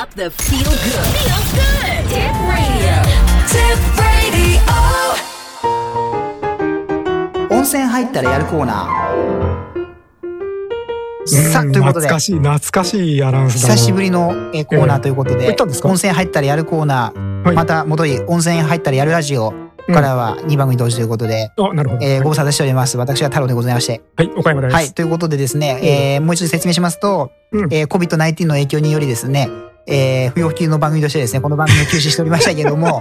up the feel good. Tip Radio. Tip Radio. 温泉入ったらやるコーナー。さあ、ということで懐かしいアナウンスだ。 久しぶりのコーナーということで、温泉入ったらやるコーナー、また戻り温泉入ったらやるラジオからは2番組同時ということで、 なるほど。 ご無沙汰しております。私は太郎でございまして。 はい、岡山です。 はい、ということでですね、もう一度説明しますと、COVID-19 の影響によりですね、不要不急の番組としてですね、この番組を休止しておりましたけれども、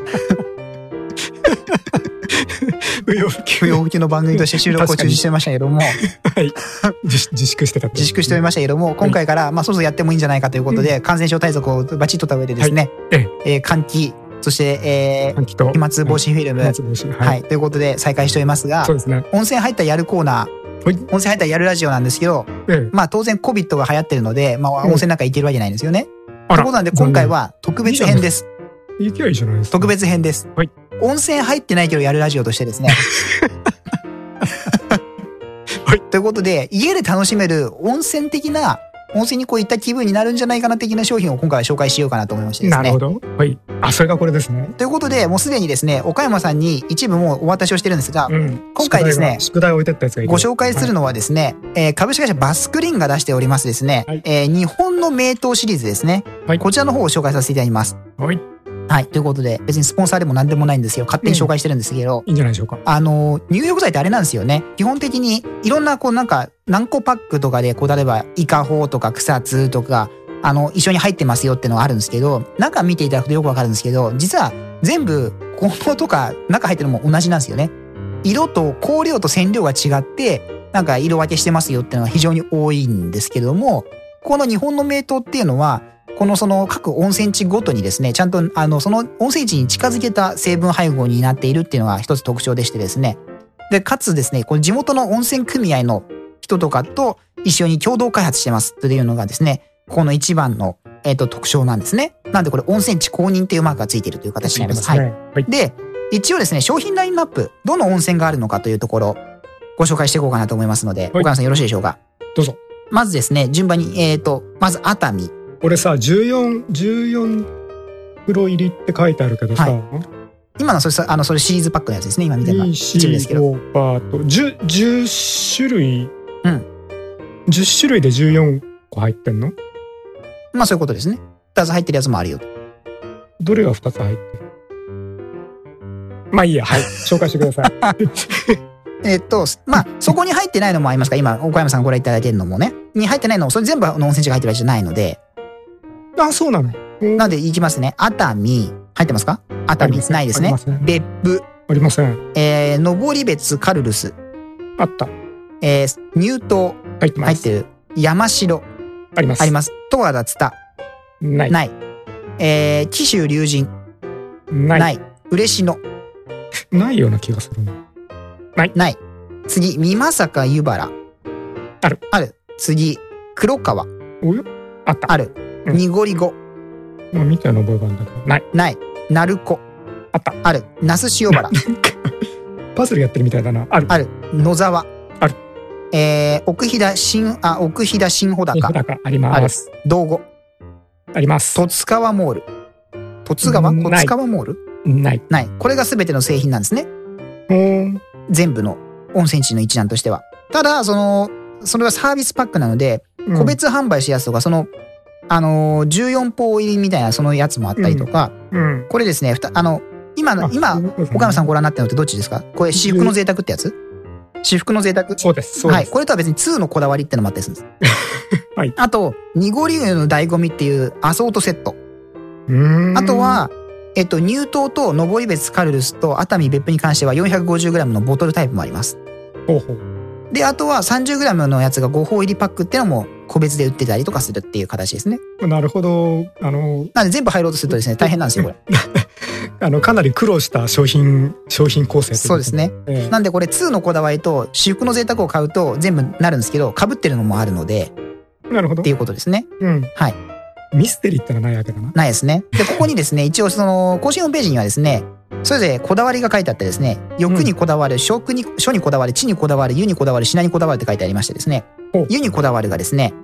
不要不急の番組として収録を中止しておりましたけども、 はい、自粛しておりましたけども、今回から、そろそろやってもいいんじゃないかということで、感染症対策をバチッと取った上でですね、換気、そして、飛沫防止フィルム、はい、ということで再開しておりますが、温泉入ったらやるコーナー、温泉入ったらやるラジオなんですけど、当然 COVID が流行ってるので、温泉なんか行けるわけないんですよね。ということなんで、今回は特別編です。 行きゃいいじゃないですか。 特別編です。温泉入ってないけどやるラジオとしてですね。ということで、家で楽しめる温泉的な、温泉に行った気分になるんじゃないかな的な商品を今回は紹介しようかなと思いましてですね。 なるほど。はい。それがこれですね。 ということで、もうすでにですね、岡山さんに一部もうお渡しをしてるんですが、今回ですね、 宿題を置いてったやつがいい。 ご紹介するのはですね、株式会社バスクリーンが出しておりますですね、日本の名湯シリーズですね。こちらの方を紹介させていただきます。はい。ということで、別にスポンサーでも何でもないんですよ。勝手に紹介してるんですけど。 いいんじゃないでしょうか。 入浴剤ってあれなんですよね。基本的に、いろんな、何個パックとかで、例えば、イカホとか草津とか、一緒に入ってますよってのがあるんですけど、中見ていただくとよくわかるんですけど、実は、全部、効能とか、中入ってるのも同じなんですよね。色と、香料と染料が違って、色分けしてますよっていうのが非常に多いんですけども、この日本の名湯っていうのは、各温泉地ごとにですね、ちゃんとその温泉地に近づけた成分配合になっているっていうのが一つ特徴でしてですね。で、かつですね、この地元の温泉組合の人とかと一緒に共同開発してますというのがですね、この一番の、特徴なんですね。なんでこれ温泉地公認っていうマークがついているという形になります。はい。で、一応ですね、商品ラインナップ、どの温泉があるのかというところ、ご紹介していこうかなと思いますので、岡山さんよろしいでしょうか。 どうぞ。 まずですね、順番に、まず熱海。 俺さ、14風呂入りって書いてあるけどさ、 今のそれシリーズパックのやつですね。今見てるのは一部ですけど。 10種類、10種類で14個入ってんの？ そういうことですね。2つ入ってるやつもあるよと。 どれが2つ入ってる？いいや、はい、紹介してください。 そこに入ってないのもありますか？今、岡山さんご覧いただいてるのもね。に入ってないのも、それ全部の温泉地が入ってるわけじゃないので。 そうなの。 なんで、いきますね。熱海、入ってますか？熱海、ないですね。別府。 ありません。 登別カルルス。 あった。 乳頭。入ってる。山城。 あります。 あります。十和田津田。ない。紀州龍神。ない。嬉野。 ないような気がする。 ない。次、美作湯原。ある。次、黒川。 あった。 ある。濁り子。 見たような覚えがあるんだけど。 ない。鳴子。 あった。 ある。那須塩原。 パズルやってるみたいだな。ある。 野沢。 ある。 奥飛騨新穂高。 あります。 道後。 あります。 十津川モール。十津川モール？ ない。 これが全ての製品なんですね。全部の温泉地の一覧としては。ただ、それはサービスパックなので、個別販売したやつとか、14ポ入りみたいなそのやつもあったりとか、これですね、今、岡山さんご覧になってるのってどっちですか？これ、至福の贅沢ってやつ？至福の贅沢？ そうです。 はい。これとは別に2のこだわりってのもあったりするんです。 はい。 あと、濁り湯の醍醐味っていうアソートセット。あとは、乳頭と登別カルルスと熱海別府に関しては 450g のボトルタイプもあります。で、あとは 30g のやつが5本入りパックっていうのも個別で売ってたりとかするっていう形ですね。 なるほど。 なんで全部入ろうとするとですね、大変なんですよ、これ。かなり苦労した商品構成。 そうですね。なんでこれ2のこだわりと至福の贅沢を買うと全部なるんですけど、被ってるのもあるので。 なるほど。 っていうことですね。はい。 ミステリーってのはないわけだな。 ないですね。で、ここにですね、一応公式ホームページにはですね、それぞれこだわりが書いてあってですね、欲にこだわる、書にこだわる、地にこだわる、湯にこだわる、品にこだわるって書いてありましてですね、湯にこだわるがですね、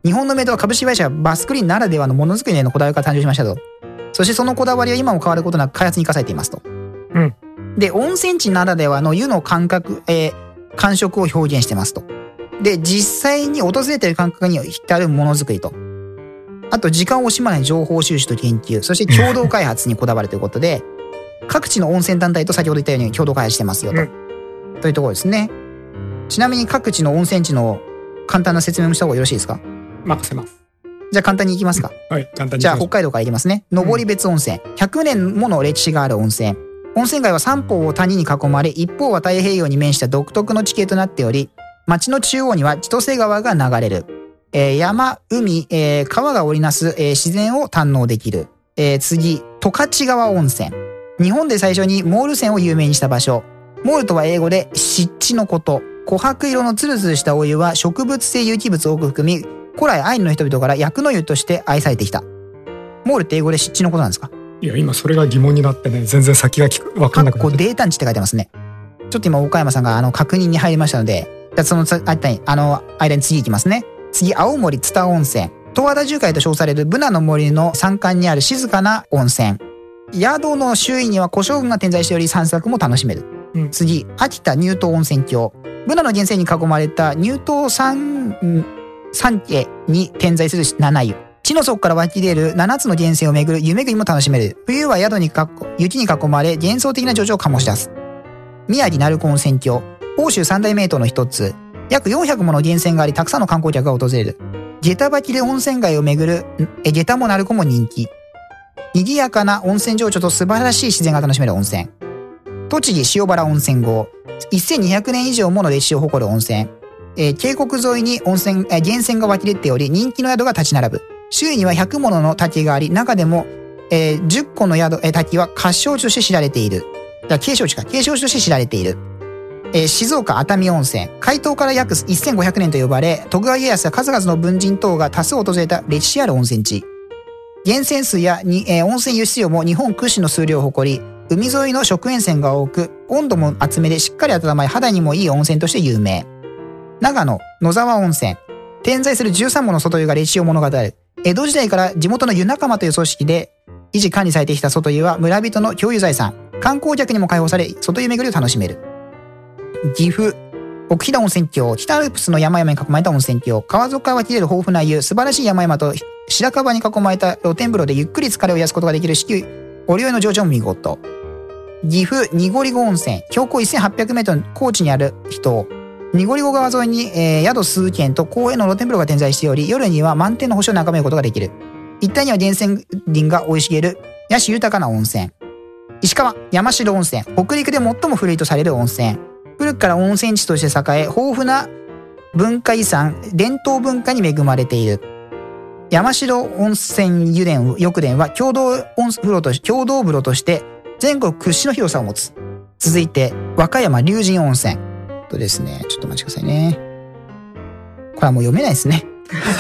日本のメイドは株式会社バスクリーンならではのものづくりへのこだわりから誕生しましたと。そしてそのこだわりは今も変わることなく開発に生かされていますと。 うん。 で、温泉地ならではの湯の感触を表現してますと。で、実際に訪れている感覚に浸るものづくりと。あと、時間を惜しまない情報収集と研究、そして共同開発にこだわるということで、各地の温泉団体と先ほど言ったように共同開発してますよと。というところですね。ちなみに各地の温泉地の簡単な説明もした方がよろしいですか？ 任せます。 じゃあ簡単にいきますか。 はい、簡単に。 じゃあ北海道からいきますね。登別温泉。100年もの歴史がある温泉。温泉街は三方を谷に囲まれ、一方は太平洋に面した独特の地形となっており、町の中央には千歳川が流れる。山、海、川が織りなす、自然を堪能できる。次、十勝川温泉。日本で最初にモール泉を有名にした場所。モールとは英語で湿地のこと。琥珀色のツルツルしたお湯は植物性有機物を多く含み、古来アイヌの人々から薬の湯として愛されてきた。モールって英語で湿地のことなんですか？ いや、今それが疑問になってね、全然先が分かんなくなって。 データン地って書いてますね。ちょっと今岡山さんが確認に入りましたので、じゃあその間に次行きますね。次、青森津田温泉。十和田樹海と称されるブナの森の山間にある静かな温泉。宿の周囲には湖沼群が点在しており散策も楽しめる。次、秋田乳頭温泉郷。ブナの源泉に囲まれた乳頭山家に点在する七湯。地の底から湧き出る7つの源泉を巡る湯巡りも楽しめる。冬は雪に囲まれ幻想的な情緒を醸し出す。宮城鳴子温泉郷。欧州三大名湯の一つ。約400もの源泉があり、たくさんの観光客が訪れる。下駄履きで温泉街を巡る下駄も鳴子も人気。賑やかな温泉情緒と素晴らしい自然が楽しめる温泉。栃木塩原温泉郷。1200年以上もの歴史を誇る温泉。渓谷沿いに源泉が湧き出ており、人気の宿が立ち並ぶ。周囲には100ものの滝があり、中でも、10個の滝は合掌地として知られている。景勝地として知られている。静岡熱海温泉。開湯から約1500年と呼ばれ、徳川家康や数々の文人等が多数訪れた歴史ある温泉地。源泉水や温泉輸出量も日本屈指の数量を誇り、海沿いの食塩泉が多く、温度も厚めでしっかり温まり肌にもいい温泉として有名。長野野沢温泉。点在する13もの外湯が歴史を物語る。江戸時代から地元の湯仲間という組織で維持管理されてきた外湯は村人の共有財産。観光客にも開放され、外湯巡りを楽しめる。岐阜奥飛騨温泉郷。北アルプスの山々に囲まれた温泉郷。川底から湧き出る豊富な湯。素晴らしい山々と白樺に囲まれた露天風呂でゆっくり疲れを癒すことができる四季折々の情緒も見事。岐阜ニゴリゴ温泉。標高1800メートル高地にある秘湯。ニゴリゴ川沿いに、宿数軒と公園の露天風呂が点在しており、夜には満天の星を眺めることができる。一帯には源泉林が生い茂る野趣豊かな温泉。石川山代温泉。北陸で最も古いとされる温泉。古くから温泉地として栄え、豊富な文化遺産伝統文化に恵まれている。山代温泉浴殿は共同風呂として全国屈指の広さを持つ。続いて和歌山龍神温泉とですね、ちょっとお待ちくださいね。これはもう読めないですね。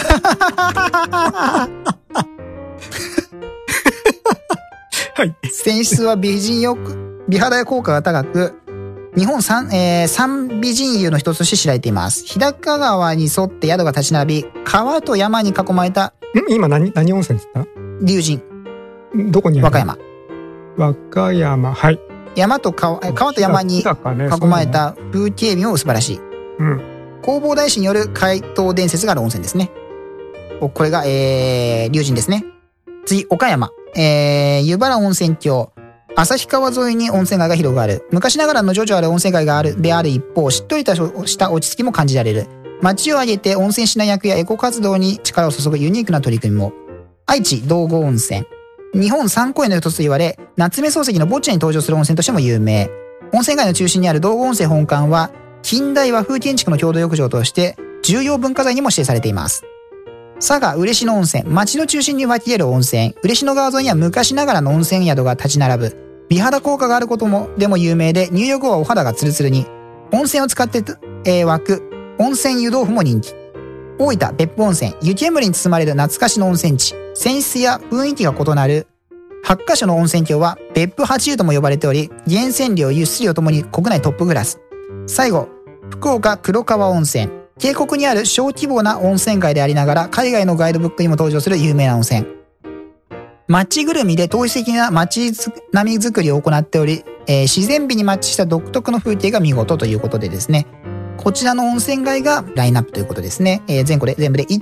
はい。 泉質は美肌効果が高く、日本三美人湯の一つとして知られています。日高川に沿って宿が立ち並び、川と山に囲まれた。 今何温泉ですか？ 龍神。 どこにある？ 和歌山。 和歌山、はい。 川と山に囲まれた風景美も素晴らしい。 うん。 弘法大師による開湯伝説がある温泉ですね。これが、龍神ですね。次、岡山。湯原温泉郷。旭川沿いに温泉街が広がる。昔ながらの情緒ある温泉街である一方、しっとりとした落ち着きも感じられる。街を挙げて温泉指南役やエコ活動に力を注ぐユニークな取り組みも。愛知道後温泉。日本三古湯の一つと言われ、夏目漱石の墓地に登場する温泉としても有名。温泉街の中心にある道後温泉本館は、近代和風建築の共同浴場として重要文化財にも指定されています。佐賀嬉野温泉。町の中心に湧き出る温泉。嬉野川沿いには昔ながらの温泉宿が立ち並ぶ。美肌効果があることでも有名で、入浴後はお肌がツルツルに。温泉を使って、湧く温泉湯豆腐も人気。大分別府温泉。湯煙に包まれる懐かしの温泉地。泉質や雰囲気が異なる8カ所の温泉郷は別府八湯とも呼ばれており、源泉量、輸出量ともに国内トップクラス。最後、福岡黒川温泉。 渓谷にある小規模な温泉街でありながら、海外のガイドブックにも登場する有名な温泉。街ぐるみで統一的な街並み作りを行っており、自然美にマッチした独特の風景が見事ということでですね、こちらの温泉街がラインナップということですね。全部で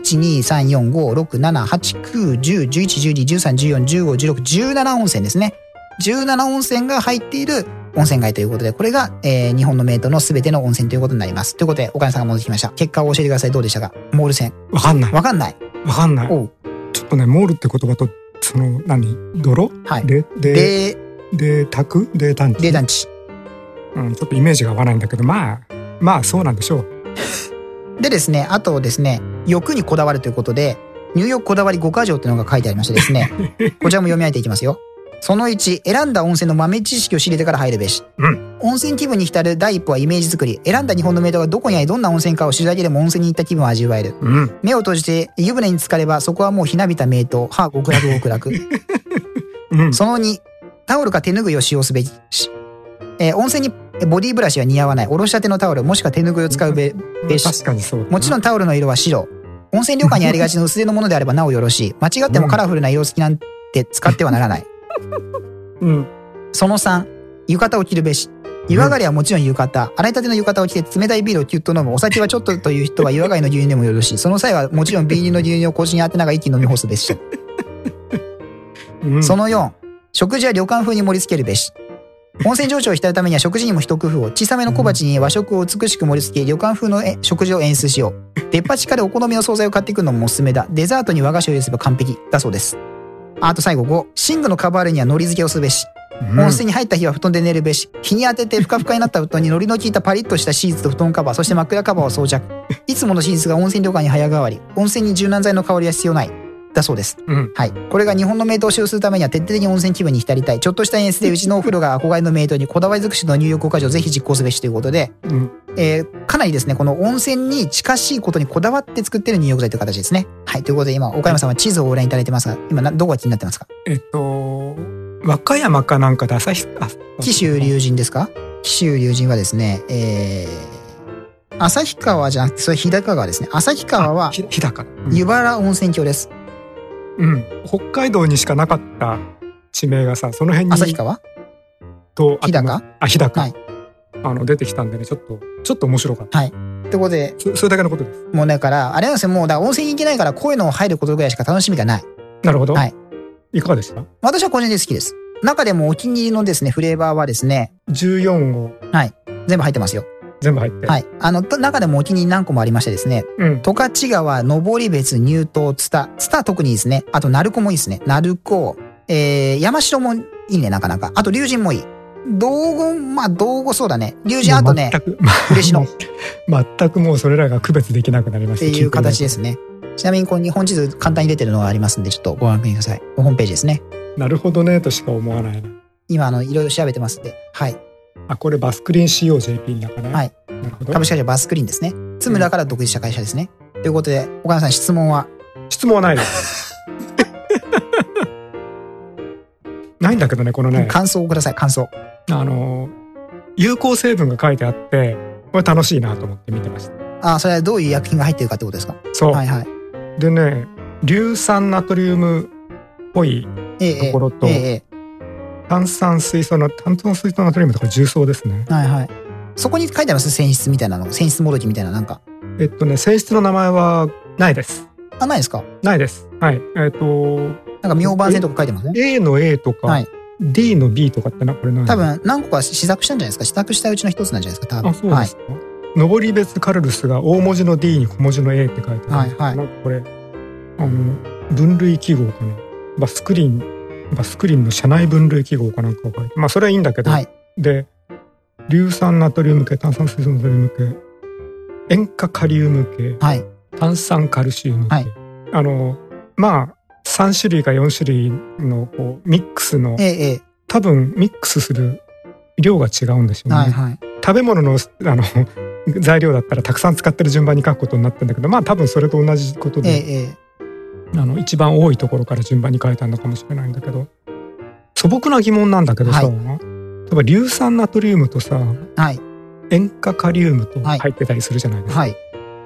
1,2,3,4,5,6,7,8,9,10,11,12,13,14,15,16,17温泉ですね。17温泉が入っている温泉街ということで、これが、日本の名湯のすべての温泉ということになります。ということで、岡谷さんが戻ってきました。結果を教えてください。どうでしたか？モール線。 わかんない。 わかんない。 わかんない。 おう。 ちょっとね、モールって言葉と、泥？ はい。 泥炭地。うん、ちょっとイメージが合わないんだけど、まあそうなんでしょう。 でですね、あとですね、欲にこだわるということで、入浴こだわり5か条というのが書いてありましてですね、こちらも読み上げていきますよ。その1、選んだ温泉の豆知識を知れてから入るべし。 うん。 温泉気分に浸る第一歩はイメージ作り。選んだ日本の名湯がどこにありどんな温泉かを知るだけでも温泉に行った気分を味わえる。 うん。 目を閉じて湯船に浸かればそこはもうひなびた名湯。はあ、極楽極楽。 うん。 その2、タオルか手拭いを使用すべき。温泉にボディブラシは似合わない。おろしたてのタオルもしくは手拭いを使うべし。 確かにそうだな。 もちろんタオルの色は白。温泉旅館にありがちな薄手のものであればなおよろしい。間違ってもカラフルな色付きなんて使ってはならない。 うん。 その3、浴衣を着るべし。湯上がりはもちろん浴衣。洗いたての浴衣を着て冷たいビールをキュッと飲む。お酒はちょっとという人は湯上がりの牛乳でもよろしい。その際はもちろんビールの牛乳を腰に当てながら一気に飲み干すべし。 うん、 その4、食事は旅館風に盛り付けるべし。温泉情緒を浸るためには食事にも一工夫を。小さめの小鉢に和食を美しく盛り付け、旅館風の食事を演出しよう。デパ地下でお好みの惣菜を買ってくるのもおすすめだ。デザートに和菓子を入れすれば完璧だそうです。あと最後5、寝具のカバールには海苔漬けをすべし。温泉に入った日は布団で寝るべし。日に当ててふかふかになった布団に海苔の効いたパリッとしたシーツと布団カバー、そして枕カバーを装着。いつもの寝室が温泉旅館に早変わり。温泉に柔軟剤の香りは必要ない。だそうです。 うん、 はい。これが日本の名湯を使用するためには徹底的に温泉気分に浸りたい。ちょっとした演出でうちのお風呂が憧れの名湯にこだわり尽くしの入浴5か条をぜひ実行すべしということで、 うん、 かなりですね、この温泉に近しいことにこだわって作っている入浴剤という形ですね。はい。ということで今、岡山さんは地図をご覧いただいてますが、今どこが気になってますか？ 和歌山かなんかで紀州龍神ですか？紀州龍神はですね、旭川じゃなくて、それ日高川ですね。旭川は、 日高。 湯原温泉郷です。 うん。北海道にしかなかった地名がさ、その辺に。 旭川と、 日高日高。 はい。 出てきたんでね、ちょっと面白かった。 はい。ってことで、 それだけのことです。 もうだから、あれなんですよ、もうだから温泉に行けないからこういうのを入ることぐらいしか楽しみがない。 なるほど。 はい。 いかがでした？ 私は個人的に好きです。中でもお気に入りのですね、フレーバーはですね、 14号。 はい。全部入ってますよ。 全部入って。 はい。中でもお気に入り何個もありましてですね、 うん。 十勝川、登別、乳頭、ツタ特にいいですね。あと、鳴子もいいですね。鳴子、山城もいいね、なかなか。あと、龍神もいい。道後そうだね。龍神、あとね、嬉野。 全くもうそれらが区別できなくなりました。 っていう形ですね。ちなみに、この日本地図簡単に出てるのがありますんで、ちょっとご覧ください。ホームページですね。 なるほどね、としか思わないな。 今、いろいろ調べてますんで。はい。 これバスクリーン COJP だからね。 はい。 なるほど。 株式会社バスクリーンですね。ツムラから独立した会社ですね。ということで、岡田さん質問はないです。ないんだけどね、このね。 感想をください、感想。 有効成分が書いてあって、これ楽しいなと思って見てました。 それはどういう薬品が入ってるかってことですか？ そう。 はいはい。 でね、硫酸ナトリウムっぽいところと、炭酸水素ナトリウムとか重曹ですね。 はいはい。そこに書いてあります？泉質みたいなの。泉質もどきみたいななんか。 泉質の名前はないです。 ないですか？ ないです。はい。 なんか明晩線とか書いてますね。 A の A とか、はい、D の B とかってこれ何？ 多分何個か試作したんじゃないですか？試作したうちの一つなんじゃないですか？多分。 そうですか。はい、登別カルルスが大文字の D に小文字の A って書いてある。はいはい。なんかこれ分類記号かな。バスクリーンの社内分類記号かなんかを書いて、それはいいんだけど、はい、で硫酸ナトリウム系、炭酸水素ナトリウム系、塩化カリウム系、はい、炭酸カルシウム系、はい、3種類か4種類のこうミックスの、多分ミックスする量が違うんでしょうね。はいはい、食べ物の材料だったらたくさん使ってる順番に書くことになってるんだけど、多分それと同じことで、一番多いところから順番に書いたのかもしれないんだけど、素朴な疑問なんだけどさ、例えば硫酸ナトリウムとさ、塩化カリウムと入ってたりするじゃないですか。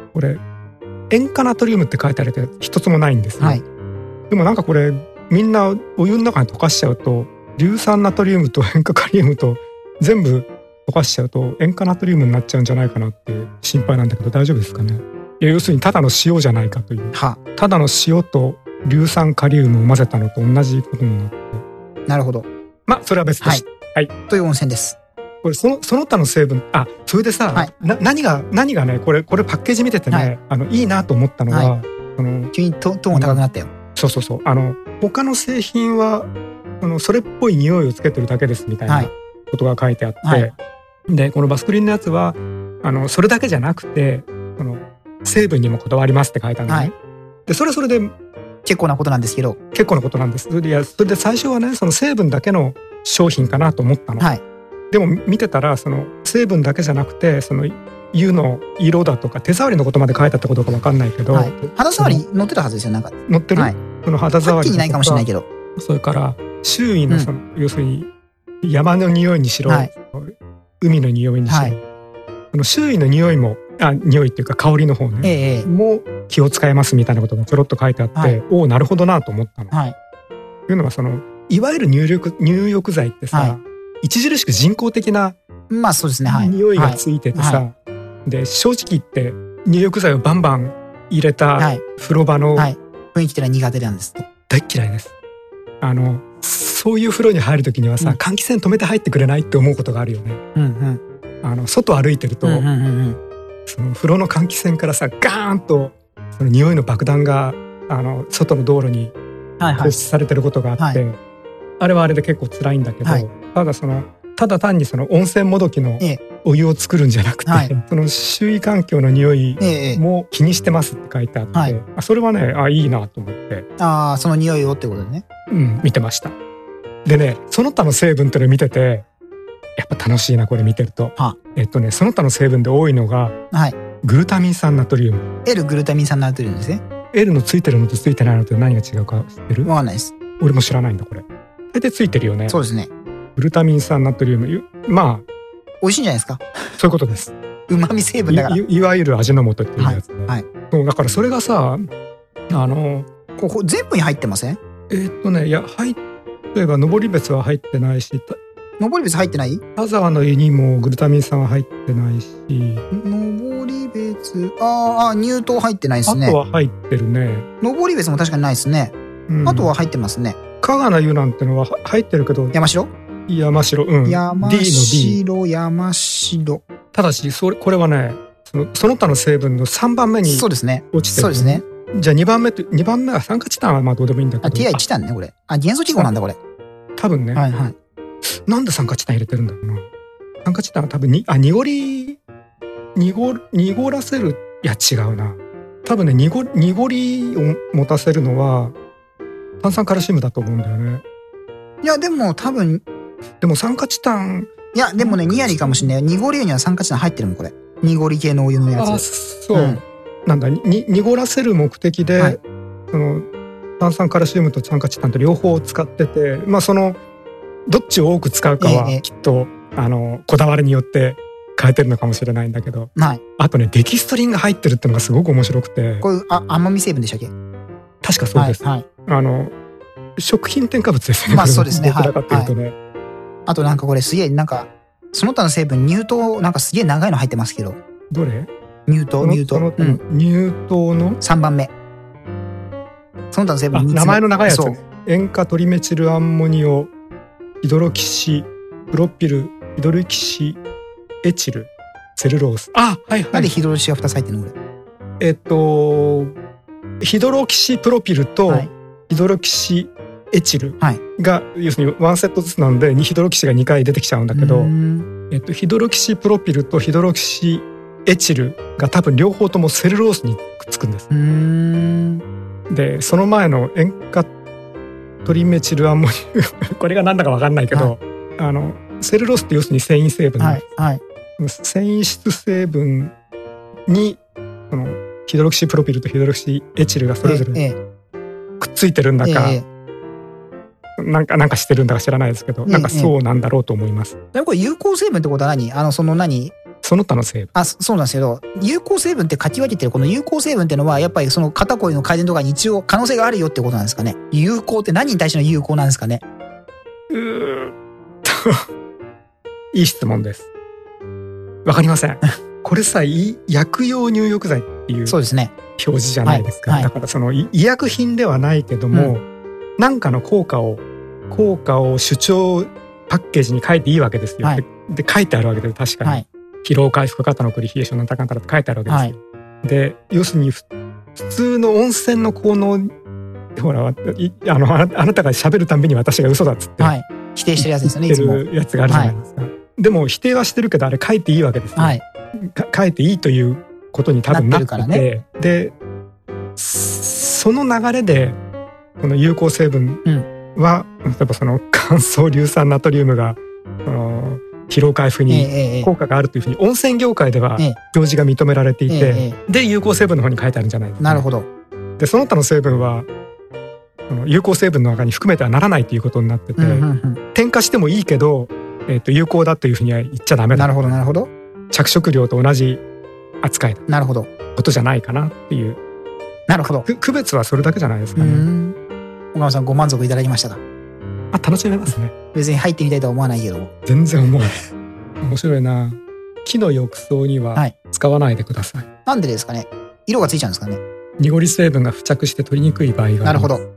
これ塩化ナトリウムって書いてあるけど一つもないんですよ、はい、でもなんかこれみんなお湯の中に溶かしちゃうと硫酸ナトリウムと塩化カリウムと全部溶かしちゃうと塩化ナトリウムになっちゃうんじゃないかなっていう心配なんだけど大丈夫ですかね。いや要するにただの塩じゃないかという、ただの塩と硫酸カリウムを混ぜたのと同じことになって、 なるほど、 まあそれは別として、はい、 という温泉です。 これその他の成分、それでさ、はい、何がねこれパッケージ見ててね、はい、いいなと思ったのは、はい、 急にトーンが高くなったよ。 そう他の製品はそれっぽい匂いをつけてるだけですみたいなことが書いてあって、はい、でこのバスクリンのやつはそれだけじゃなくて成分にもこだわりますって書いてあるのね、はい、でそれはそれで結構なことなんですけど、 結構なことなんです。それで最初はねその成分だけの商品かなと思ったの、はい、でも見てたらその成分だけじゃなくてその湯の色だとか手触りのことまで書いてあったことか分かんないけど、はい、肌触り載ってたはずですよ。なんか載ってる、はい、その肌触りとかはっきりないかもしれないけど、それから周囲の要するに山の匂いにしろ、はい、海の匂いにしろ、はい、周囲の匂いも匂いっていうか香りの方ね、も気を使えますみたいなことがちょろっと書いてあって、はい、おおなるほどなと思ったの。はい、というのはいわゆる入浴剤ってさ、はい、著しく人工的なそうですね、はい、 匂いがついててさ、はい、で正直言って入浴剤をバンバン入れた風呂場の、 はい、雰囲気ってのは苦手なんです。 大嫌いです。そういう風呂に入る時にはさ、換気扇止めて入ってくれないって思うことがあるよね。うんうん、外歩いてると、その風呂の換気扇からさガーンとその匂いの爆弾が外の道路に放出されてることがあって、はいはい、あれはあれで結構辛いんだけど、はい、ただ単にその温泉もどきのお湯を作るんじゃなくて、その周囲環境の匂いも気にしてますって書いてあって、それはねいいなと思って、 その匂いをってことでね、 見てました。でねその他の成分ってのを見ててやっぱ楽しいなこれ見てると、その他の成分で多いのが、グルタミン酸ナトリウム、 L グルタミン酸ナトリウムですね。 L のついてるのとついてないのと何が違うか知ってる？ わかんないです。 俺も知らないんだこれ。大体ついてるよね。 そうですね。 グルタミン酸ナトリウム、 美味しいんじゃないですか。 そういうことです。 旨味成分だからいわゆる味の素っていうやつね、はいはい、そうだからそれがさここ全部に入ってません？ いや例えば登別は入ってないし、 登別入ってない？ 田沢の湯にもグルタミン酸は入ってないし、 登別乳糖入ってないですね。 あとは入ってるね。 登別も確かにないですね、あとは入ってますね。 加賀の湯なんてのは入ってるけど、 山城、 山城、 山城。 ただしこれはねその他の成分の3番目に落ちてる。 そうですね。 じゃあ2番目は酸化チタンはどうでもいいんだけど、 TI チタンねこれ。元素記号なんだこれ。 多分ね。はいはい。なんで酸化チタン入れてるんだろうな。酸化チタンは多分濁らせる、いや違うな。多分ね濁りを持たせるのは炭酸カルシウムだと思うんだよね。 いやでも多分酸化チタン、 いやでもねニアリーかもしれない。濁り湯には酸化チタン入ってるもんこれ。濁り系のお湯のやつ。 そう、なんだ濁らせる目的で、その炭酸カルシウムと酸化チタンと両方使ってて、どっちを多く使うかはきっと、こだわりによって変えてるのかもしれないんだけど、あとねデキストリンが入ってるってのがすごく面白くて、 こういう甘み成分でしたっけ？ 確かそうです、食品添加物ですね。 そうですね。 どちらかっていうとね、 あとなんかこれすげえなんかその他の成分乳糖なんかすげえ長いの入ってますけど。 どれ？ 乳糖の 3番目。その他の成分3つ目。 名前の長いやつね。塩化トリメチルアンモニオヒドロキシプロピルヒドロキシエチルセルロース。 なんでヒドロキシが2つ入ってるのこれ？ヒドロキシプロピルとヒドロキシエチルが、要するに1セットずつなんでヒドロキシが2回出てきちゃうんだけど、ヒドロキシプロピルとヒドロキシエチルが多分両方ともセルロースにくっつくんです。でその前の塩化トリメチルアンモニウこれが何だか分かんないけど、セルロースって要するに繊維成分なんです、繊維質成分にヒドロキシプロピルとヒドロキシエチルがそれぞれくっついてるんだか、なんかしてるんだか知らないですけど、なんかそうなんだろうと思います。 でもこれ有効成分ってことは何？ その他の成分。 そうなんですけど、有効成分って書き分けてるこの有効成分っていうのは、やっぱりその肩こりの改善とかに一応可能性があるよってことなんですかね。有効って何に対しての有効なんですかね。 いい質問です。わかりません。これさ、薬用入浴剤っていうそうですね。 表示じゃないですか。 はいはい、 だからその医薬品ではないけども、何かの効果を主張パッケージに書いていいわけですよ。はい、で書いてあるわけです。確かに、はい、疲労回復、肩のこり、冷え性の高かったって書いてあるわけですよ。はい、で要するに普通の温泉の効能、ほらあなたが喋るたんびに私が嘘だっつって、はい、 否定してるやつですよね。 言ってるやつがあるじゃないですか。はい、でも否定はしてるけど、あれ書いていいわけですよ。はい、書いていいということに多分なってて、ね、でその流れでこの有効成分は、例えばその乾燥硫酸ナトリウムが疲労回復に効果があるというふうに温泉業界では表示が認められていて、で有効成分の方に書いてあるんじゃないですか。 なるほど。 でその他の成分は有効成分の中に含めてはならないということになってて、添加してもいいけど、有効だというふうには言っちゃダメだ。 なるほどなるほど。 着色料と同じ扱いだ。 なるほど。 ことじゃないかなっていう。 なるほど。 区別はそれだけじゃないですかね。 小川さんご満足いただきましたか。 楽しめますね。 別に入ってみたいとは思わないけど。 全然思わない。面白いな。木の浴槽には使わないでください。 なんでですかね。色がついちゃうんですかね。 濁り成分が付着して取りにくい場合があります。 なるほど。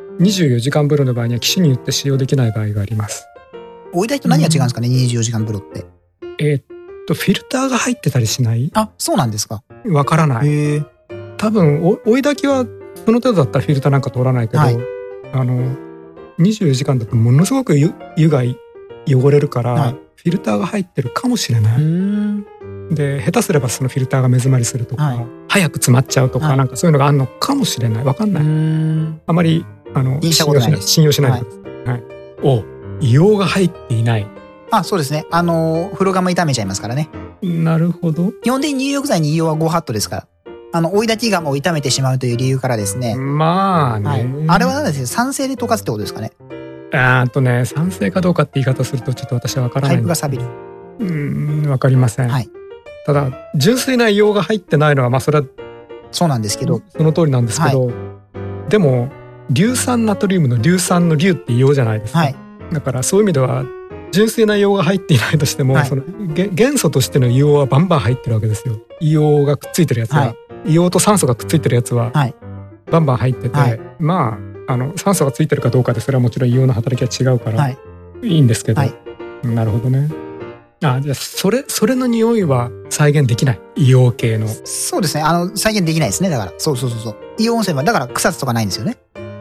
24時間風呂の場合には機種によって使用できない場合があります。 お湯だと何が違うんですかね、24時間風呂って。 フィルターが入ってたりしない？ そうなんですか。 わからない。多分追い炊きはその程度だったらフィルターなんか通らないけど、はい、24時間だとものすごく湯が汚れるから、はい、フィルターが入ってるかもしれない。で下手すればそのフィルターが目詰まりするとか、はい、早く詰まっちゃうとか、なんかそういうのがあるのかもしれない。わかんない。あまり信用しないでください。はい、硫黄が入っていない。 そうですね。風呂釜炒めちゃいますからね。 なるほど。 基本的に入浴剤に硫黄は5ハットですから。追い炊き釜を炒めてしまうという理由からですね。 まあね。はい、 あれは何ですか、酸性で溶かすってことですかね。 酸性かどうかって言い方するとちょっと私は分からない。 パイプが錆びる。 分かりません。 はい。 ただ純粋な硫黄が入ってないのはそれはそうなんですけど、 その通りなんですけど、はい、でも硫酸ナトリウムの硫酸の硫って硫黄じゃないですか。はい、だからそういう意味では純粋な硫黄が入っていないとしても、はい、その元素としての硫黄はバンバン入ってるわけですよ。硫黄がくっついてるやつは、はい、硫黄と酸素がくっついてるやつは、はい、バンバン入ってて、はい、酸素がついてるかどうかでそれはもちろん硫黄の働きは違うから、はい、いいんですけど、はい、なるほどね。じゃあそれの匂いは再現できない。硫黄系の。そうですね。 再現できないですね。だからそう。硫黄温泉はだから草津とかないんですよね。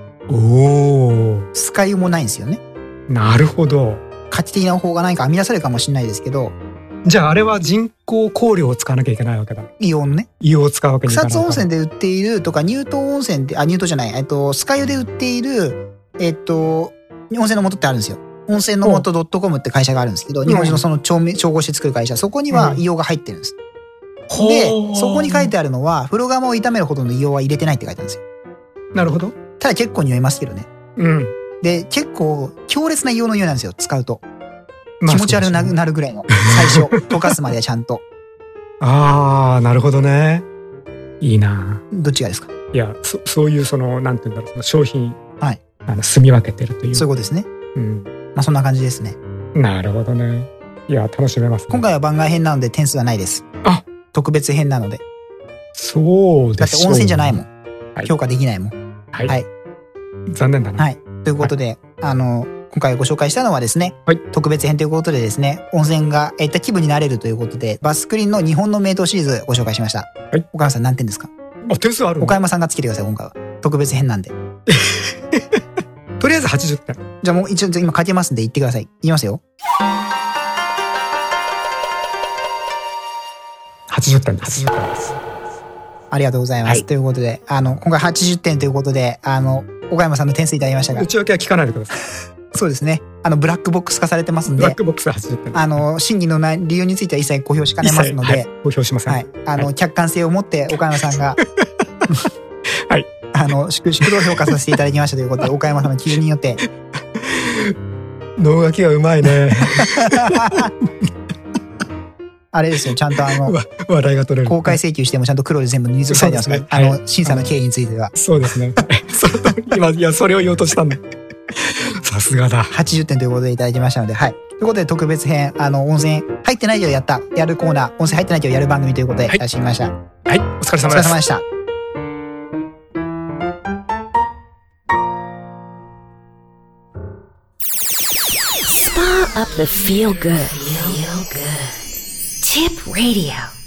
酸ヶ湯もないんですよね。 なるほど。 画期的な方法が何か編み出されるかもしれないですけど。 じゃああれは人工香料を使わなきゃいけないわけだ。 硫黄ね。 硫黄を使うわけにいかない。 草津温泉で売っているとか、乳頭温泉で、乳頭じゃない、酸ヶ湯で売っている、温泉の素ってあるんですよ。温泉の素 .com って会社があるんですけど、日本人のその調合して作る会社、そこには硫黄が入ってるんです。で、そこに書いてあるのは、風呂釜を炒めるほどの硫黄は入れてないって書いてあるんですよ。 なるほど。 ただ結構匂いますけどね。で、結構強烈な硫黄の匂いなんですよ、使うと。気持ち悪くなるぐらいの、最初、溶かすまではちゃんと。 なるほどね。いいな。 どっちがですか？ いや、そういうなんていうんだろう、その商品、はい、住み分けてるという。 そういうことですね。そんな感じですね。 なるほどね。いや、楽しめますね。 今回は番外編なので点数はないです。特別編なので。 そうです。 だって温泉じゃないもん。評価できないもん。 はい。残念だな。 はい。ということで、今回ご紹介したのはですね、特別編ということでですね、温泉が行った気分になれるということで、バスクリンの日本の名湯シリーズご紹介しました。岡山さん何点ですか？ 点数あるの？ 岡山さんがつけてください、今回は。特別編なんで。 とりあえず80点。 じゃあもう一応今書けますんで言ってください。言いますよ。 80点です。80点です。 ありがとうございます。ということで、今回80点ということで、岡山さんの点数いただきましたが。 内訳は聞かないでください。 そうですね。ブラックボックス化されてますんで。 ブラックボックスは80点。 審議のない理由については一切公表しかねますので。 公表しません。 はい。客観性を持って岡山さんが。 はい。 粛々と評価させていただきましたということで、岡山さんの記入によって。 能書きはうまいね。 あれですよ、ちゃんと笑いが取れる。 公開請求してもちゃんと黒で全部入力されてますね。審査の経緯については。 そうですね。今、いや、それを言おうとしたんだ。さすがだ。 80点ということでいただきましたので、はい。ということで特別編、温泉入ってないけどやるコーナー、温泉入ってないけどやる番組ということで出してみました。 はい、お疲れ様です。 お疲れ様でした。 Spa up the feel good. Tip Radio.